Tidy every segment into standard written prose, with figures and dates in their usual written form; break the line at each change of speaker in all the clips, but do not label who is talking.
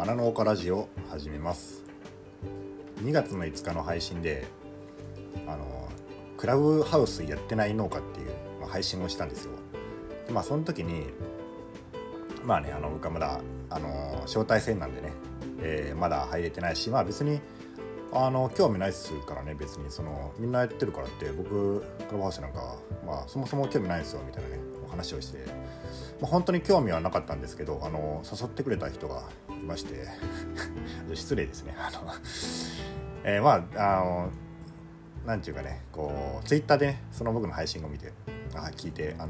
花の丘ラジオを始めます。2月の5日の配信でクラブハウスやってない農家っていう、配信をしたんですよ。で、その時に僕はまだ招待制なんでね、まだ入れてないし、別に興味ないっすからね。別にみんなやってるからって僕クラブハウスなんかそもそも興味ないですよみたいなねお話をして、本当に興味はなかったんですけど誘ってくれた人がいまして失礼ですね。なんていうかね、ツイッターでねその僕の配信を見て聞いて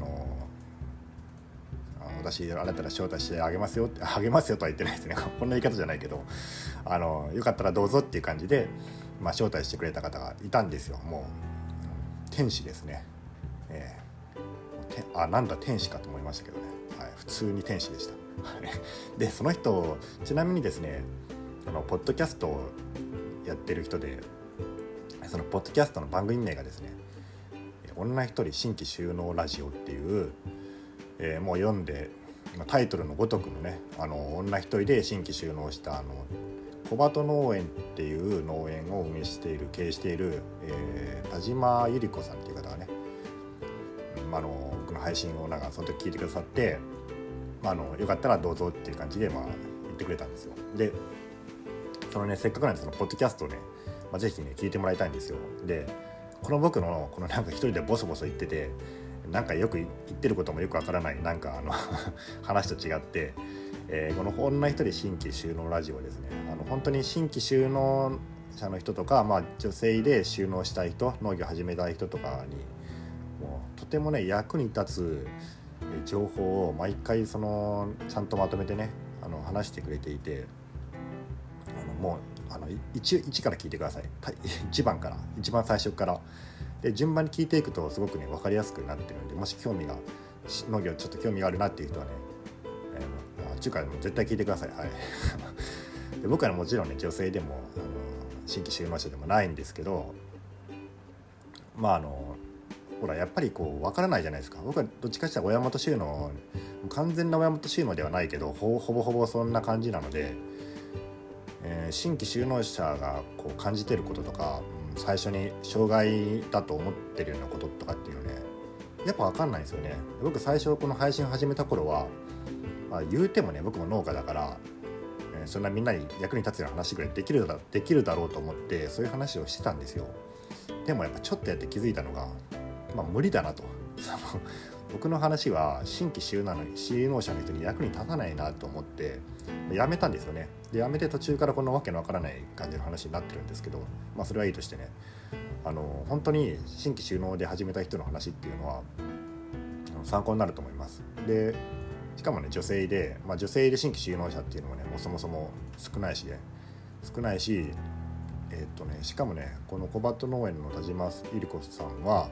私あなたら招待してあげますよとは言ってないですね。こんな言い方じゃないけどよかったらどうぞっていう感じで、招待してくれた方がいたんですよ。もう天使ですね。なんだ天使かと思いましたけどね、普通に天使でしたでその人ちなみにですねポッドキャストをやってる人で、そのポッドキャストの番組名がですね女一人新規収納ラジオっていう、もう読んでタイトルのごとくのね女一人で新規収納した小鳩農園っていう農園を経営している、田島ゆり子さんっていう方がね僕の配信をその時聞いてくださって、よかったらどうぞっていう感じで言ってくれたんですよ。でせっかくなんでそのポッドキャストをね、ぜひね聞いてもらいたいんですよ。で僕の一人でボソボソ言っててよく言ってることもよくわからない話と違って、この女一人新規収納ラジオはですね本当に新規収納者の人とか、女性で収納したい人、農業始めたい人とかにもうとてもね役に立つ情報を毎回ちゃんとまとめてね話してくれていて、もう1から聞いてください。1番から一番最初からで順番に聞いていくとすごくね分かりやすくなってるんで、もし農業ちょっと興味があるなっていう人はね、中華でも絶対聞いてください。で僕はもちろんね女性でも新規収納者でもないんですけど、ほらやっぱり分からないじゃないですか。僕はどっちかというと親元収納、完全な親元収納ではないけどほぼほぼそんな感じなので、新規収納者が感じてることとか、最初に障害だと思ってるようなこととかっていうのねやっぱ分かんないんですよね。僕最初この配信を始めた頃は、言うてもね僕も農家だから、そんなみんなに役に立つような話ぐらいできるだろうと思ってそういう話をしてたんですよ。でもやっぱちょっとやって気づいたのが無理だなと僕の話は新規収納者の人に役に立たないなと思ってやめたんですよね。でやめて途中からこのわけのわからない感じの話になってるんですけど、それはいいとしてね本当に新規収納で始めた人の話っていうのは参考になると思います。でしかもね女性で新規収納者っていうのもねもうそもそも少ないししかもねこの小鳩農園の田島ゆり子さんは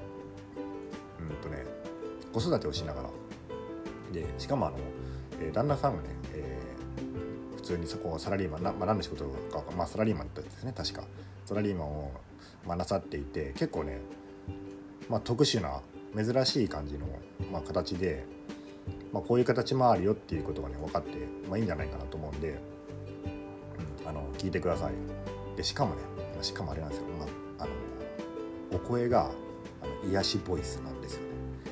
子育てをしながらでしかも旦那さんがね、普通にそこをサラリーマン何の仕事かサラリーマンですね。確かサラリーマンをなさっていて結構ね特殊な珍しい感じの、形で、こういう形もあるよっていうことがね分かって、いいんじゃないかなと思うんで、聞いてください。でしかもあれなんですよ、お声が癒しボイスなんですよね。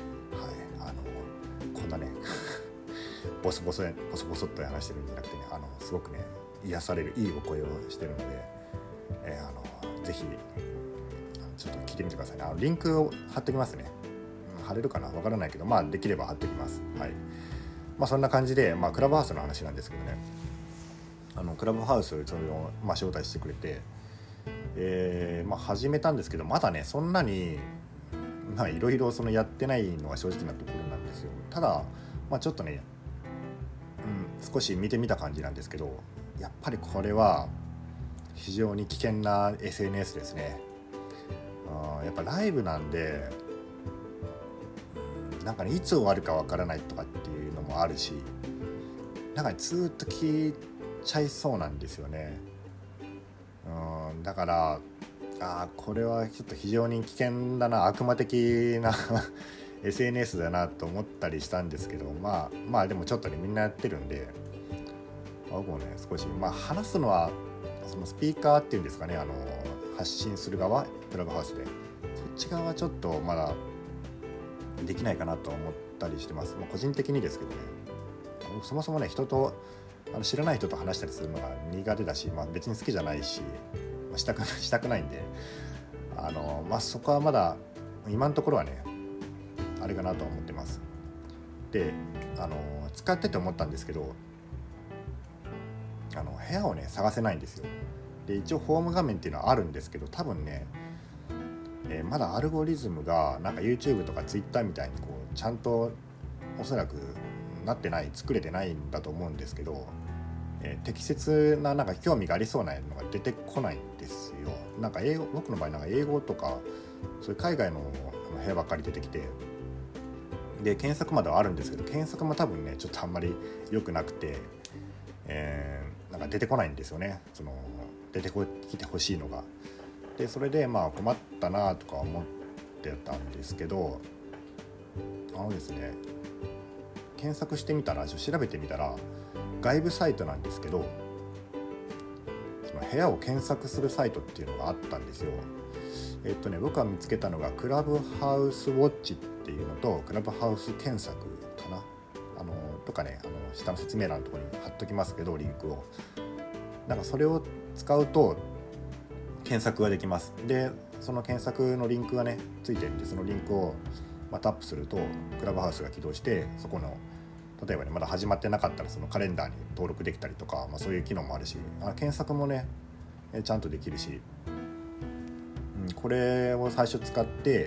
こんなねボソボソっと話してるんじゃなくてねすごくね癒されるいいお声をしてるので、ぜひちょっと聞いてみてくださいね。リンクを貼っておきますね。貼れるかなわからないけどできれば貼っておきます。そんな感じで、クラブハウスの話なんですけどねクラブハウスを招待してくれて、始めたんですけどまだねそんなにいろいろやってないのが正直なところなんですよ。ただちょっとね、少し見てみた感じなんですけどやっぱりこれは非常に危険な SNS ですね。やっぱライブなんでいつ終わるかわからないとかっていうのもあるしずっと聞いちゃいそうなんですよね。だからこれはちょっと非常に危険だな、悪魔的なSNS だなと思ったりしたんですけどでもちょっとねみんなやってるんで僕もね少し、話すのはそのスピーカーっていうんですかね、発信する側、クラブハウスでそっち側はちょっとまだできないかなと思ったりしてます。個人的にですけどね、そもそもね人と知らない人と話したりするのが苦手だし、別に好きじゃないし、したくないんで、そこはまだ今のところはねあれかなと思ってます。で使ってて思ったんですけど、部屋をね探せないんですよ。で一応ホーム画面っていうのはあるんですけど、多分ね、まだアルゴリズムがなんか YouTube とか Twitter みたいにこうちゃんとおそらくなってない、作れてないんだと思うんですけど、適切ななんか興味がありそうなのが出てこないんですよ。なんか僕の場合なんか英語とかそういう海外の部屋ばっかり出てきて、で検索まではあるんですけど、検索も多分ねちょっとあんまり良くなくて、なんか出てこないんですよね、その出てきてほしいのが。でそれで困ったなとか思ってたんですけど、ですね検索してみたら、調べてみたら外部サイトなんですけど、その部屋を検索するサイトっていうのがあったんですよ。僕が見つけたのがクラブハウスウォッチっていうのとクラブハウス検索かな、とかね、下の説明欄のところに貼っときますけど、リンクをなんかそれを使うと検索ができます。でその検索のリンクがねついてるんで、そのリンクをタップするとクラブハウスが起動して、そこの例えばねまだ始まってなかったらそのカレンダーに登録できたりとか、そういう機能もあるし、検索もねちゃんとできるし、これを最初使って、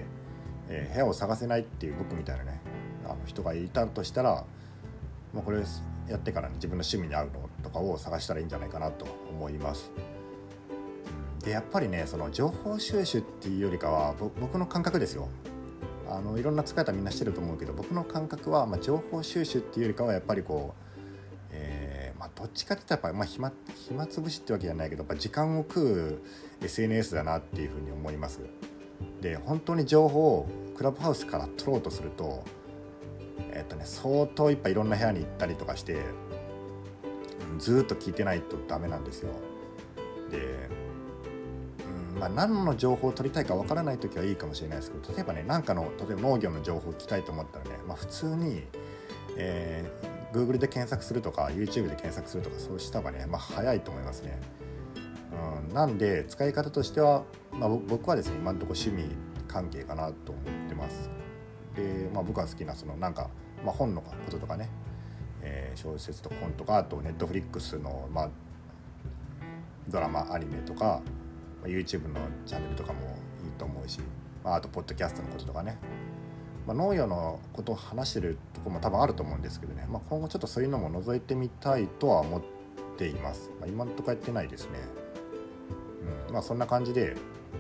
部屋を探せないっていう僕みたいなね人がいたとしたら、これやってからね自分の趣味に合うのとかを探したらいいんじゃないかなと思います。でやっぱりねその情報収集っていうよりかは僕の感覚ですよ。いろんな使い方みんなしてると思うけど、僕の感覚は、情報収集っていうよりかはやっぱりこう、どっちかって言ったらやっぱ暇つぶしってわけじゃないけど、やっぱ時間を食う SNS だなっていうふうに思います。で本当に情報をクラブハウスから取ろうとすると、相当いっぱいいろんな部屋に行ったりとかして、ずっと聞いてないとダメなんですよ。で何の情報を取りたいかわからないときはいいかもしれないですけど、例えばね例えば農業の情報を聞きたいと思ったらね、普通に、Google で検索するとか YouTube で検索するとか、そうした方がね早いと思いますね。なんで使い方としては、僕はですね今のところ趣味関係かなと思ってます。で、僕が好きなそのなんか、本のこととかね、小説とか本とか、あと Netflix の、ドラマアニメとか、YouTube のチャンネルとかもいいと思うし、あとポッドキャストのこととかね、農業のことを話してるところも多分あると思うんですけどね、今後ちょっとそういうのも覗いてみたいとは思っています。今のところやってないですね。そんな感じで、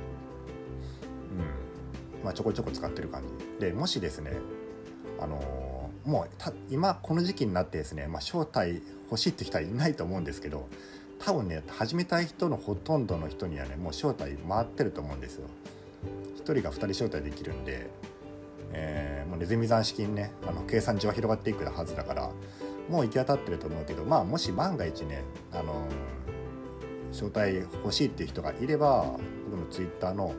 ちょこちょこ使ってる感じで、もしですねもう今この時期になってですね、招待欲しいって人はいないと思うんですけど、多分ね始めたい人のほとんどの人にはねもう招待回ってると思うんですよ。1人が2人招待できるんで、もうネズミ算式にね計算上は広がっていくはずだから、もう行き当たってると思うけど、もし万が一ね招待欲しいっていう人がいれば、僕のツイッターの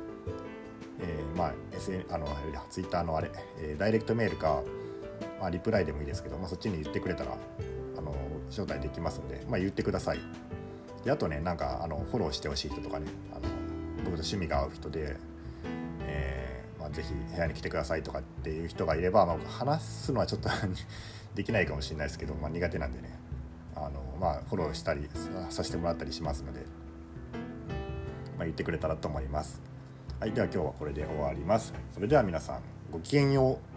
ツイッターのダイレクトメールか、リプライでもいいですけど、そっちに言ってくれたら招待できますので、言ってください。であとねなんかフォローしてほしい人とかね、僕と趣味が合う人で、ぜひ部屋に来てくださいとかっていう人がいれば、話すのはちょっとできないかもしれないですけど、苦手なんでねフォローしたりさせてもらったりしますので、言ってくれたらと思います。はい、では今日はこれで終わります。それでは皆さんごきげんよう。